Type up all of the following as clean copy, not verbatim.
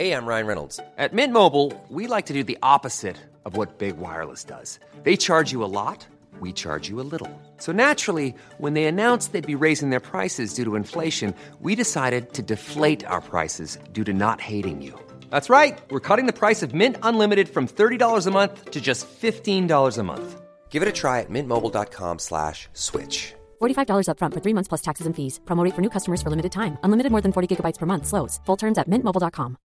Hey, I'm Ryan Reynolds. At Mint Mobile, we like to do the opposite of what Big Wireless does. They charge you a lot, we charge you a little. So naturally, when they announced they'd be raising their prices due to inflation, we decided to deflate our prices due to not hating you. That's right. We're cutting the price of Mint Unlimited from $30 a month to just $15 a month. Give it a try at mintmobile.com/switch. $45 up front for 3 months plus taxes and fees. Promo rate for new customers for limited time. Unlimited more than 40 gigabytes per month slows. Full terms at mintmobile.com.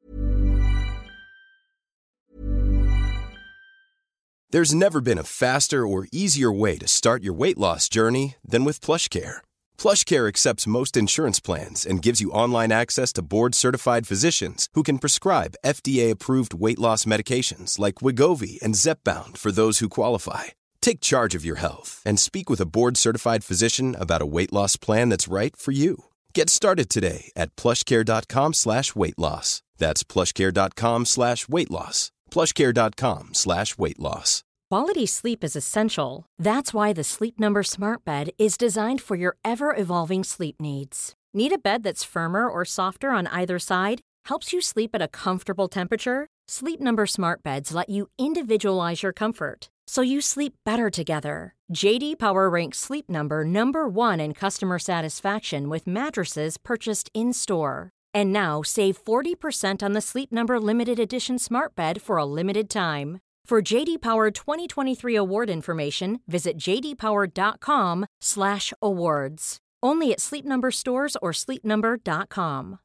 There's never been a faster or easier way to start your weight loss journey than with PlushCare. PlushCare accepts most insurance plans and gives you online access to board-certified physicians who can prescribe FDA-approved weight loss medications like Wegovy and Zepbound for those who qualify. Take charge of your health and speak with a board-certified physician about a weight loss plan that's right for you. Get started today at plushcare.com/weightloss. That's plushcare.com/weightloss. plushcare.com/weightloss. Quality sleep is essential. That's why the Sleep Number Smart Bed is designed for your ever-evolving sleep needs. Need a bed that's firmer or softer on either side? Helps you sleep at a comfortable temperature? Sleep Number Smart Beds let you individualize your comfort, so you sleep better together. JD Power ranks Sleep Number number 1 in customer satisfaction with mattresses purchased in-store. And now save 40% on the Sleep Number Limited Edition Smart Bed for a limited time. For JD Power 2023 award information, visit jdpower.com/awards. Only at Sleep Number stores or sleepnumber.com.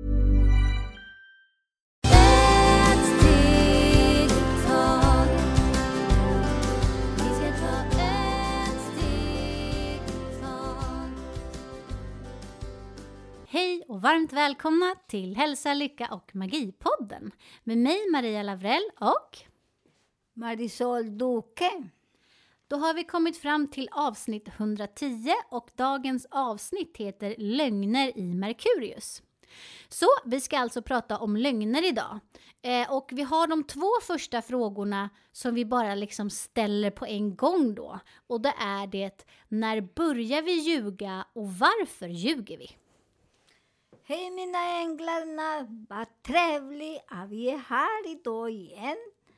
Hej och varmt välkomna till Hälsa, Lycka och Magipodden med mig Maria Lavrell och Marisol Duque. Då har vi kommit fram till avsnitt 110 och dagens avsnitt heter Lögner i Merkurius. Så vi ska alltså prata om lögner idag. Och vi har de 2 första frågorna som vi bara liksom ställer på en gång då. Och då är det, när börjar vi ljuga och varför ljuger vi? Hej mina änglarna, vad trevligt att vi är här idag igen.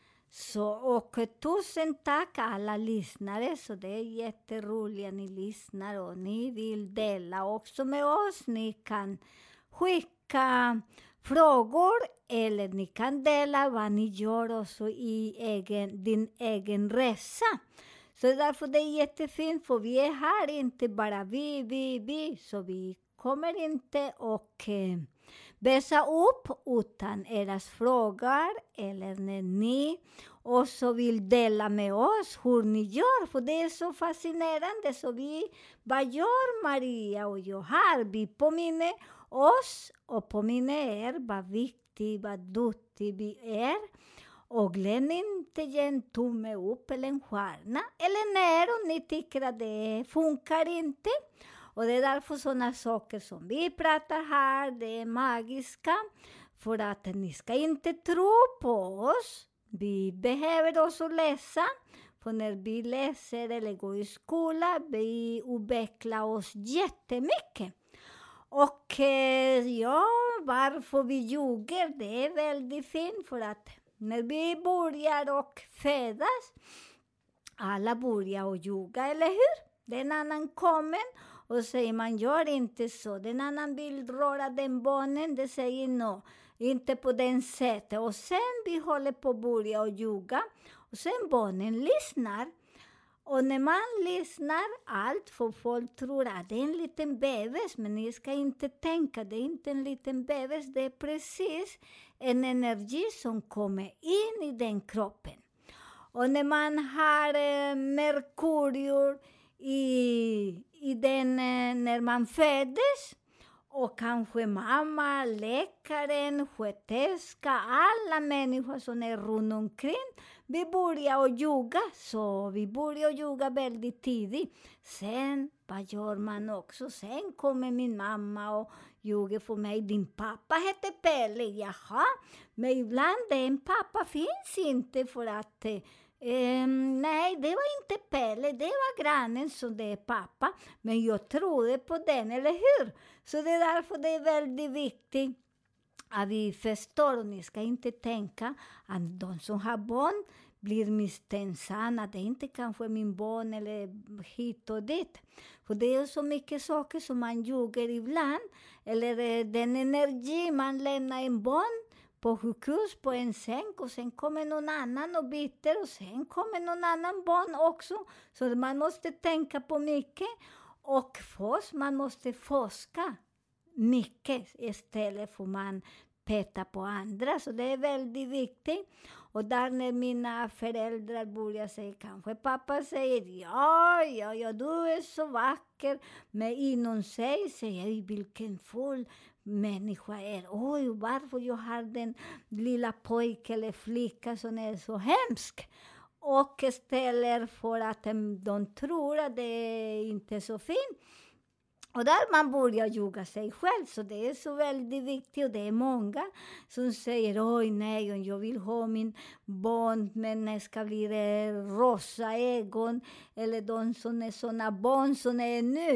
Och tusen tack alla lyssnare, så det är jätteroligt ni lyssnar och ni vill dela också med oss. Ni kan skicka frågor eller ni kan dela vad ni gör också i din egen resa. Så därför det är jättefint, för vi är här inte bara vi, så vi kommer inte och väsa upp utan eras frågor eller när ni också vill dela med oss hur ni gör, för det är så fascinerande. Så vad gör Maria och jag här? Vi påminner oss och påminner er vad viktigt, vad duktig vi är. Och glöm inte ge en tumme upp eller en stjärna eller ner om ni tycker att det funkar inte. Och det är därför sådana saker som vi pratar här, det är magiska. För att ni ska inte tro på oss. Vi behöver också läsa. För när vi läser eller går i skola, vi utvecklar oss jättemycket. Och varför vi ljuger, det är väldigt fint. För att när vi börjar och födas, alla börjar och ljuga, eller hur? Den annan kommer. Och säger man gör inte så. Den annan vill röra den barnen. Det säger no. Inte på den sättet. Och sen vi håller på att börja och ljuga. Och sen barnen lyssnar. Och när man lyssnar allt. För folk tror att det är en liten bebis. Men ni ska inte tänka. Det är inte en liten bebis. Det är precis en energi som kommer in i den kroppen. Och när man har Merkurius i den när man föddes, och kanske mamma, läkaren, sköterska, alla människor som är runt omkring, vi börjar att ljuga. Så vi börjar ljuga väldigt tidigt. Sen, vad gör man också? Sen kommer min mamma och ljuger för mig. Din pappa heter Pelle. Jaha, men ibland en pappa finns inte för att nej, det var inte Pelle, det var grannen som det är pappa. Men jag trodde på den, eller hur? Så det är därför det är väldigt viktigt att vi förstår, och ni ska inte tänka att de som har barn blir misstänksamma. Det är inte kanske min barn eller hit och dit. För det är så mycket saker som man ljuger ibland. Eller den energi man lämnar en barn på sjukhus, på en säng, och sen kommer någon annan och byter, och sen kommer någon annan barn också. Så man måste tänka på mycket. Och först man måste forska mycket istället för man peta på andra. Så det är väldigt viktigt. Och där när mina föräldrar börjar säga, kanske pappa säger ja, du är så vacker. Men inom sig säger jag, vilken full människa är. Oj, varför jag har den lilla pojke eller flicka som är så hemsk. Och istället för att de tror att det är inte så fint. Och där man börjar ljuga sig själv. Så det är så väldigt viktigt. Och det är många som säger, oj nej, jag vill ha min barn, men det ska bli rosa ögon. Eller de som är såna barn som är nu,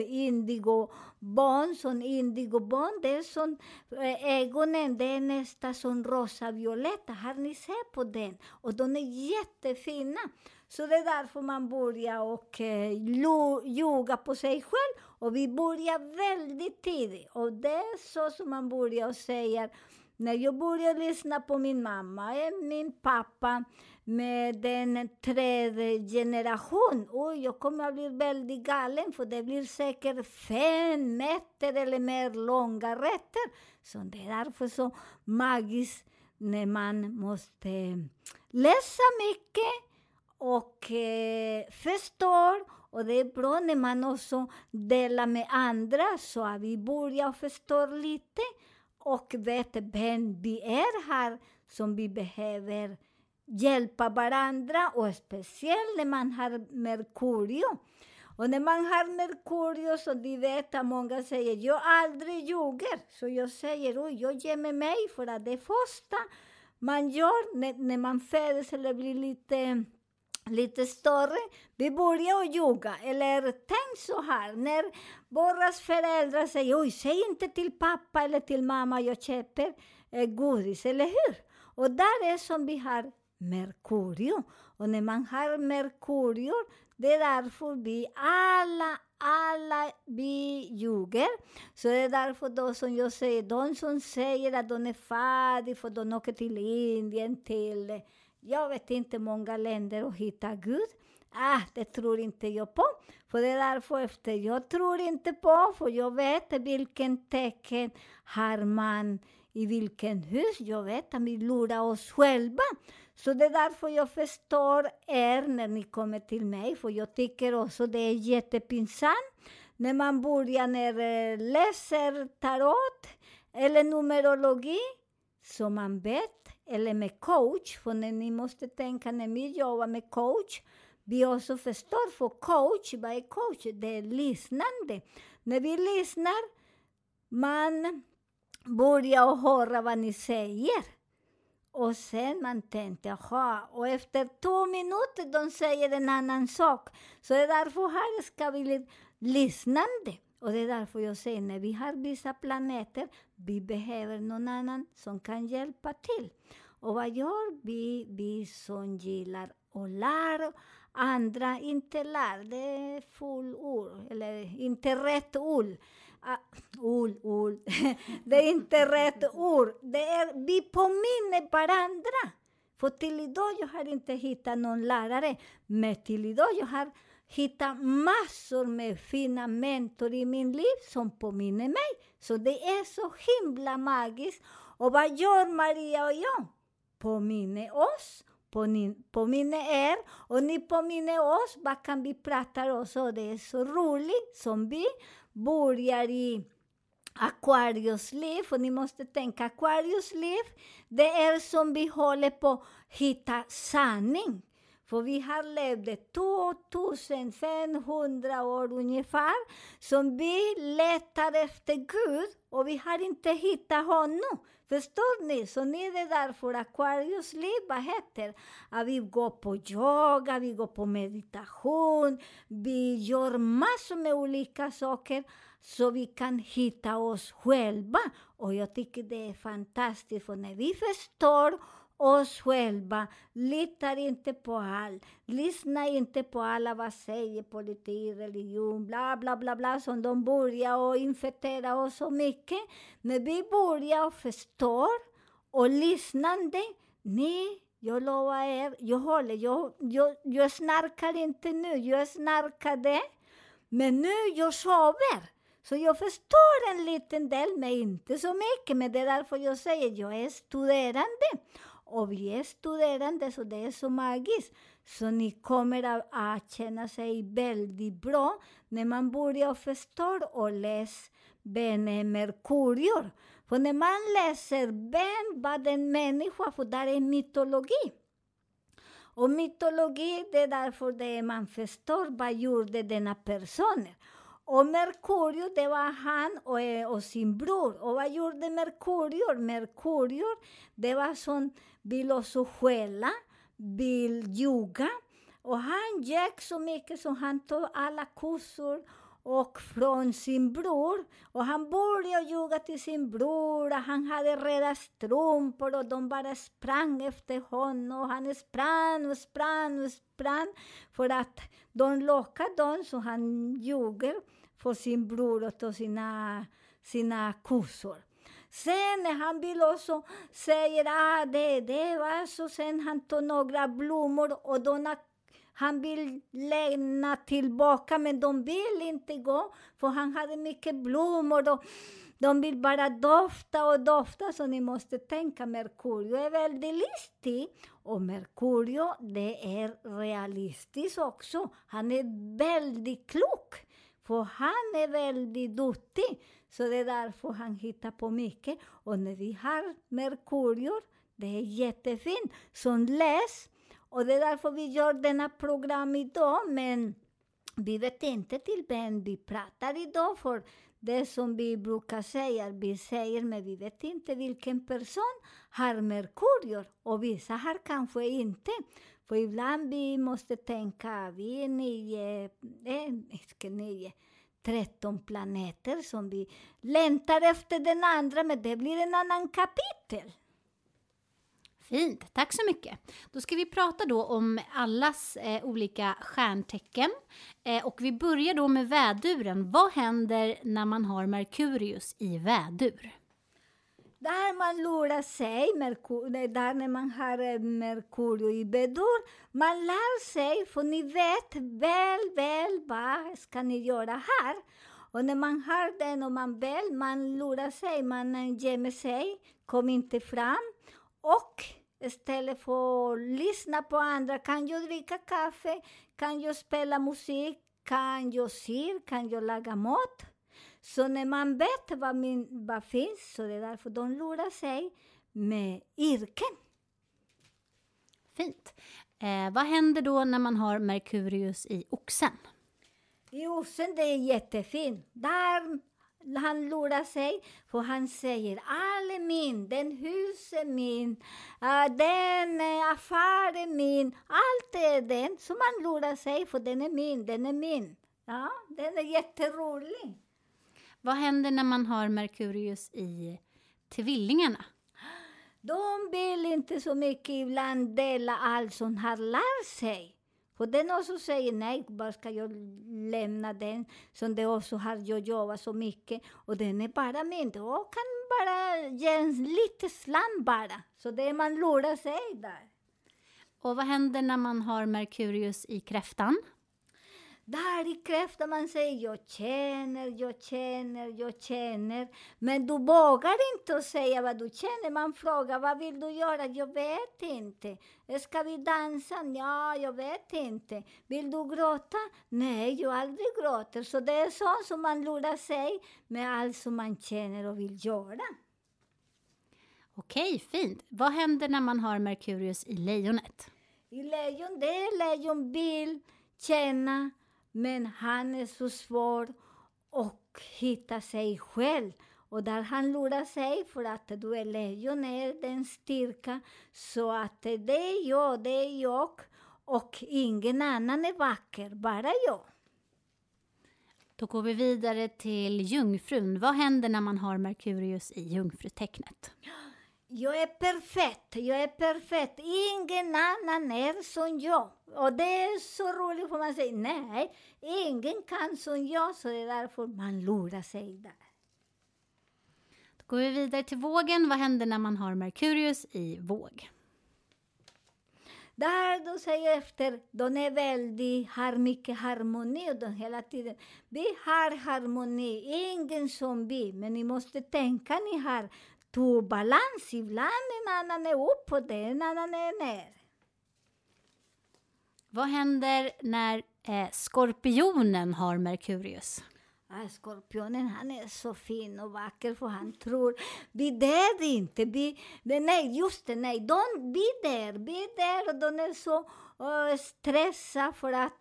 indigobarn. Det är som ögonen, det är nästan som rosa-violetta. Har ni sett på den? Och de är jättefina. Så det är därför man börjar och ljuga på sig själv. Och vi börjar väldigt tidigt. Och det är så som man börjar och säger. När jag började lyssna på min mamma och min pappa med den tredje generation. Och jag kommer att bli väldigt galen. För det blir säkert 5 meter eller mer långa rätter. Så det är därför så magiskt när man måste läsa mycket. Och förstår. Och det är bra när man också delar med andra. Så att vi börjar förstå lite. Och vet vem vi är här. Som vi behöver hjälpa varandra. Och speciellt när man har Merkurio. Och när man har Merkurio så de vet att många säger. Jag aldrig ljuger. Så jag säger, jag ger med mig. För att det första man gör när man föds eller blir lite större, vi börjar att ljuga. Eller tänk så här, när våra föräldrar säger, oj, säg inte till pappa eller till mamma jag köper godis, eller hur? Och där är som vi har Merkurio. Och när man har Merkurio, det är därför vi alla vi ljuger. Så det är därför då som jag säger, de som säger att de är fattiga för de åker till Indien, till jag vet inte många länder och hitta Gud. Det tror inte jag på. För det är därför efter jag tror inte på. För jag vet vilken tecken har man i vilken hus. Jag vet att vi lurar oss själva. Så det är därför jag förstår när ni kommer till mig. För jag tycker också det är jättepinsamt. När man börjar läser tarot eller numerologi. Så man vet. Eller med coach, för när ni måste tänka när vi jobbar med coach. Vi också förstår, för coach, vad är coach? Det är lyssnande. När vi lyssnar, man börjar höra vad ni säger. Och sen man tänkte, jaha, och efter 2 minuter de säger en annan sak. Så det är därför här ska vi bli lyssnande. Och det är därför jag säger, när vi har vissa planeter, vi behöver någon annan som kan hjälpa till. Och vad gör vi? Vi som gillar och lär, andra inte lär. Det är full ord, eller inte rätt ord. Ord. Det är inte rätt ord. Det är, vi påminner varandra. För till idag jag har inte hittat någon lärare. Men till idag jag har hittat massor med fina mentor i min liv som påminner mig. Så det är så himla magiskt. Och vad gör Maria och jag? Påminner oss. Påminner er. Och ni påminner oss. Vad kan vi prata också? Det är så roligt som vi börjar i Aquarius liv. Och ni måste tänka Aquarius liv. Det är som vi håller på att hitta sanning. För vi har levt 2500 år ungefär som vi letar efter Gud och vi har inte hittat honom. Förstår ni? Så ni är det därför Aquarius liv, vad heter? Att vi går på yoga, vi går på meditation, vi gör massor med olika saker så vi kan hitta oss själva. Och jag tycker det är fantastiskt, för när vi förstår oss själva, litar inte på allt, lyssna inte på alla vad säger politik, religion, bla bla bla bla, som de börjar och infektera oss så mycket. När vi börjar förstå och lyssnande, jag lovar er, jag snarkar inte nu, jag snarkade, men nu jag sover. Så jag förstår en liten del, men inte så mycket. Men det är därför jag säger jag är studerande. Och vi är studerande, så det är så magiskt. Så ni kommer att känna sig väldigt bra när man börjar förstå och läsa Ben Merkurius. För när man läser Ben, vad en människa, för där är mytologi. Och mytologi, det är därför det man förstår vad gjorde denna person. Och Merkurius, det var han och sin bror. Och vad gjorde Merkurius? Merkurius, det var som vill också skälla, vill ljuga. Och han gick så mycket så han tog alla kossor och från sin bror. Och han började ljuga till sin bror. Och han hade röda strumpor och de bara sprang efter honom. Och han sprang för att de lockade dem, så han ljuger för sin bror och till sina kossor. Sen när han vill också säga det var så, sen han tog några blommor och han vill lämna tillbaka, men de vill inte gå, för han hade mycket blommor och de vill bara dofta, så ni måste tänka, Merkurius är väldigt listig. Och Merkurius, det är realistiskt också. Han är väldigt klok, för han är väldigt duktig. Så det är därför han hittar på mycket. Och när vi har Merkurius, det är jättefint. Så läs. Och det är därför vi gör denna program idag. Men vi vet inte till vem vi pratar idag, för det som vi brukar säga, vi säger, men vi vet inte vilken person har Merkurius. Och vissa har kanske inte. För ibland vi måste tänka, vi är 13 planeter som vi längtar efter den andra, men det blir en annan kapitel. Fint, tack så mycket. Då ska vi prata då om allas olika stjärntecken. Och vi börjar då med väduren. Vad händer när man har Merkurius i vädur? Där man lurar sig, där när man har Merkurius i vädur, man lär sig, för ni vet väl vad ska ni göra här. Och när man har den och man lurar sig, man gömmer sig, kommer inte fram. Och istället för att lyssna på andra, kan jag dricka kaffe, kan jag spela musik, kan jag sy, kan jag laga mat. Så när man vet vad finns, så det är därför de lurar sig med yrken. Fint. Vad händer då när man har Merkurius i oxen? I oxen, det är jättefint. Där han lurar sig, för han säger, all är min, den hus är min, den affär är min, allt är den. Så man lurar sig, för den är min. Ja, den är jätterolig. Vad händer när man har Merkurius i tvillingarna? De vill inte så mycket ibland dela allt som har lärt sig. För den också säger, nej, bara ska jag lämna den som det också har jag jobbat så mycket. Och den är bara min. Och kan bara ge en lite slant bara. Så det är man lurar sig där. Och vad händer när man har Merkurius i kräftan? Där i kräftan man säger, jag känner. Men du vågar inte att säga vad du känner. Man frågar, vad vill du göra? Jag vet inte. Ska vi dansa? Ja, jag vet inte. Vill du gråta? Nej, jag aldrig gråter. Så det är så som man lurar sig med allt som man känner och vill göra. Okej, fint. Vad händer när man har Merkurius i lejonet? I lejon, det är lejon vill känna, men han är så svår att hitta sig själv. Och där han lurar sig för att du är lejon är den styrka. Så att det är jag och ingen annan är vacker, bara jag. Då går vi vidare till jungfrun. Vad händer när man har Merkurius i jungfrutecknet? Jag är perfekt. Ingen annan är som jag. Och det är så roligt för man säger, nej, ingen kan som jag. Så det är därför man lurar sig där. Då går vi vidare till vågen. Vad händer när man har Merkurius i våg? Där de säger efter, de är har mycket harmoni och de hela tiden. Vi har harmoni, ingen som vi, men ni måste tänka, ni har två balans. Ibland en annan är upp och en annan är ner. Vad händer när skorpionen har Merkurius? Skorpionen, han är så fin och vacker för han tror vi där inte. Vi där och de är så stressade för att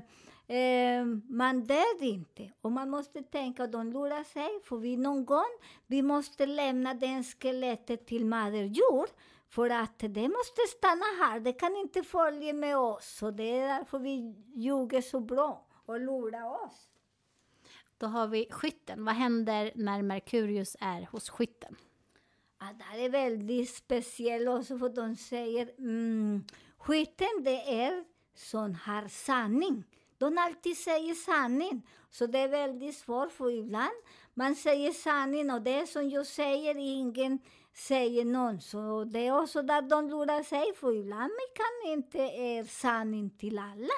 man dör inte. Och man måste tänka att de lurar sig, för vi någon gång vi måste lämna den skelettet till Moder Jord. För att det måste stanna här, det kan inte följa med oss. Och det är därför vi ljuger så bra och lurar oss. Då har vi skytten. Vad händer när Merkurius är hos skytten? Det är väldigt speciellt också, för de säger skytten det är som har sanning. De alltid säger sanning. Så det är väldigt svårt, för ibland man säger sanning och det är som jag säger, ingen säger någon. Så det är också där de lurar sig, för ibland man kan inte är sanning till alla.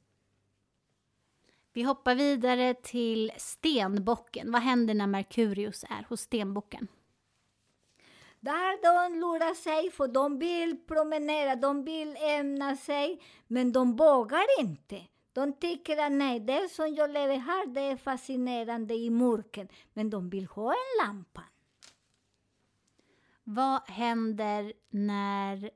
Vi hoppar vidare till stenbocken. Vad händer när Merkurius är hos stenbocken? Där de lurar sig, för de vill promenera, de vill ämna sig, men de vågar inte. De tycker att nej, det som jag lever här, det är fascinerande i mörkern, men de vill ha en lampa. Vad händer när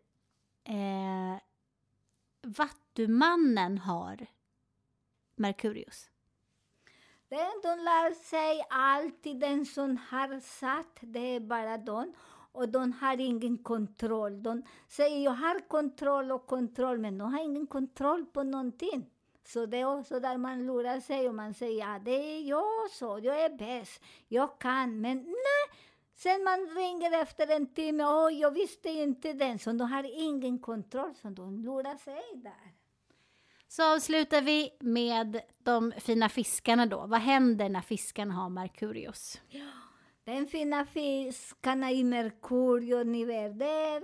vattumannen har Merkurius? De lär sig alltid, den som har satt, det är bara de. Och de har ingen kontroll. De säger jag har kontroll, men de har ingen kontroll på någonting. Så det är också där man lurar sig och man säger ja, det är jag så, jag är bäst, jag kan, men nej. Sen man ringer efter en timme, jag visste inte den, så de har ingen kontroll, så de lurar sig där. Så avslutar vi med de fina fiskarna då. Vad händer när fiskarna har Merkurius? Ja, den fina fiskarna i Merkurius, ni vet där.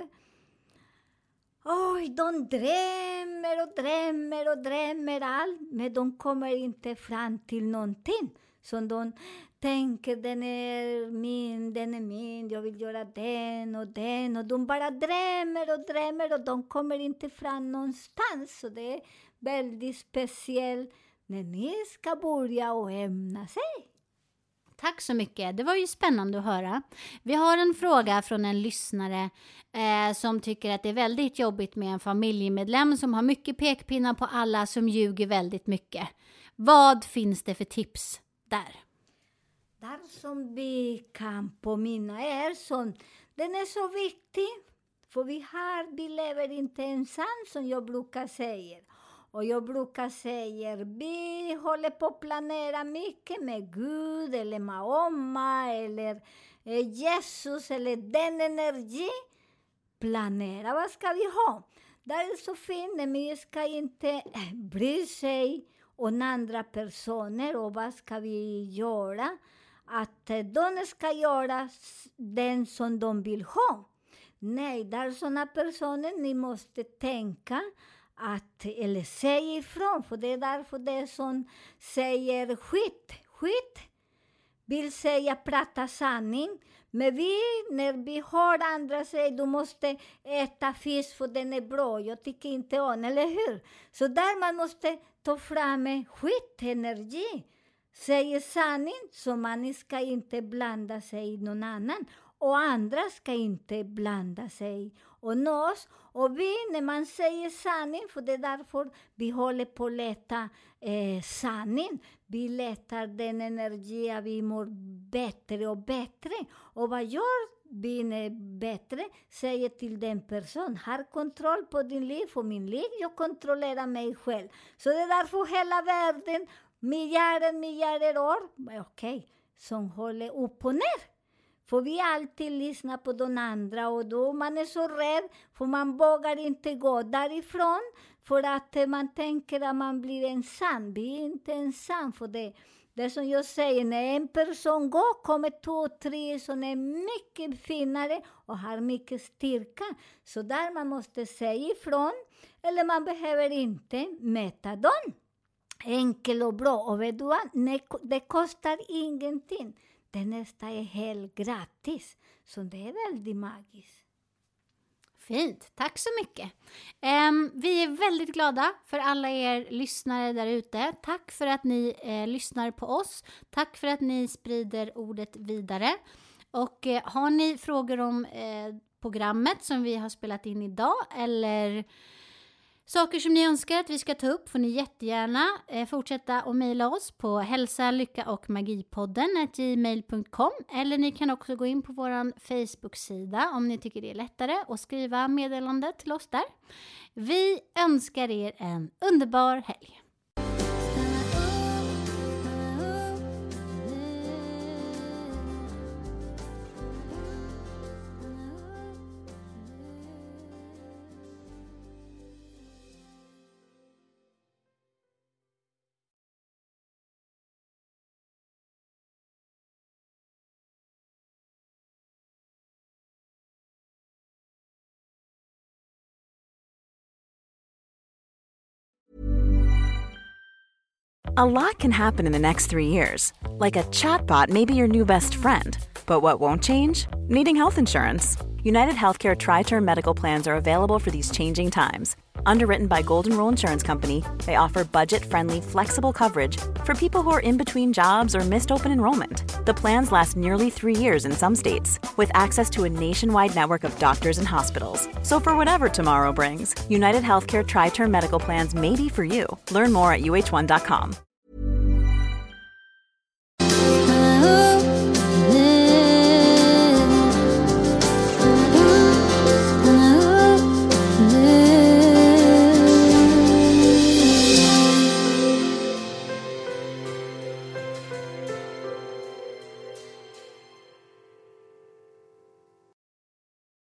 De drömmer allt, men de kommer inte fram till någonting. Så de tänker, den är min, jag vill göra den. Och de bara drömmer och de kommer inte fram någonstans. Så det är väldigt speciellt när ni ska börja och ämna sig. Tack så mycket, det var ju spännande att höra. Vi har en fråga från en lyssnare som tycker att det är väldigt jobbigt med en familjemedlem som har mycket pekpinnar på alla, som ljuger väldigt mycket. Vad finns det för tips där? Där som vi kan påminna den är så viktig. För vi lever inte ensam, som jag brukar säga. Och jag brukar säga, vi håller på att planera mycket med Gud eller Mahoma eller Jesus eller den energi. Planera, vad ska vi ha? Det är så fint, men vi ska inte bry sig om andra personer och vad ska vi göra? Att de ska göra den som de vill ha. Nej, där är sådana personer ni måste tänka eller säga ifrån, för det är därför det som säger skit vill säga prata sanning, men när vi hör andra säga du måste äta fisk för den är bra, jag tycker inte om, eller hur? Så där man måste ta fram skitenergi, säga sanning, så man ska inte blanda sig i någon annan. Och andra ska inte blanda sig och oss. Och vi, när man säger sanning, för det är därför vi håller på att leta sanning. Vi letar den energi, vi mår bättre och bättre. Och vad gör vi bättre? Säger till den person, har kontroll på din liv och min liv, jag kontrollerar mig själv. Så det är därför hela världen, miljarder år, okej, som håller upp och ner. För vi alltid lyssnar på de andra och då man är så rädd för man vågar inte gå därifrån för att man tänker att man blir ensam. Vi är inte ensam för det. Det som jag säger, när en person går kommer 2, 3 som är mycket finare och har mycket styrka. Så där man måste säga ifrån eller man behöver inte mäta dem. Enkel och bra. Och vet du vad? Det kostar ingenting. Det nästa är helt gratis. Så det är väldigt magiskt. Fint, tack så mycket. Vi är väldigt glada för alla er lyssnare där ute. Tack för att ni lyssnar på oss. Tack för att ni sprider ordet vidare. Och har ni frågor om programmet som vi har spelat in idag eller saker som ni önskar att vi ska ta upp får ni jättegärna fortsätta att mejla oss på hälsa-lycka-och-magipodden@gmail.com eller ni kan också gå in på vår Facebook-sida om ni tycker det är lättare och skriva meddelande till oss där. Vi önskar er en underbar helg. A lot can happen in the next 3 years. Like a chatbot may be your new best friend. But what won't change? Needing health insurance. United Healthcare Tri-Term Medical Plans are available for these changing times. Underwritten by Golden Rule Insurance Company, they offer budget-friendly, flexible coverage for people who are in between jobs or missed open enrollment. The plans last nearly 3 years in some states, with access to a nationwide network of doctors and hospitals. So for whatever tomorrow brings, United Healthcare Tri-Term Medical Plans may be for you. Learn more at uh1.com.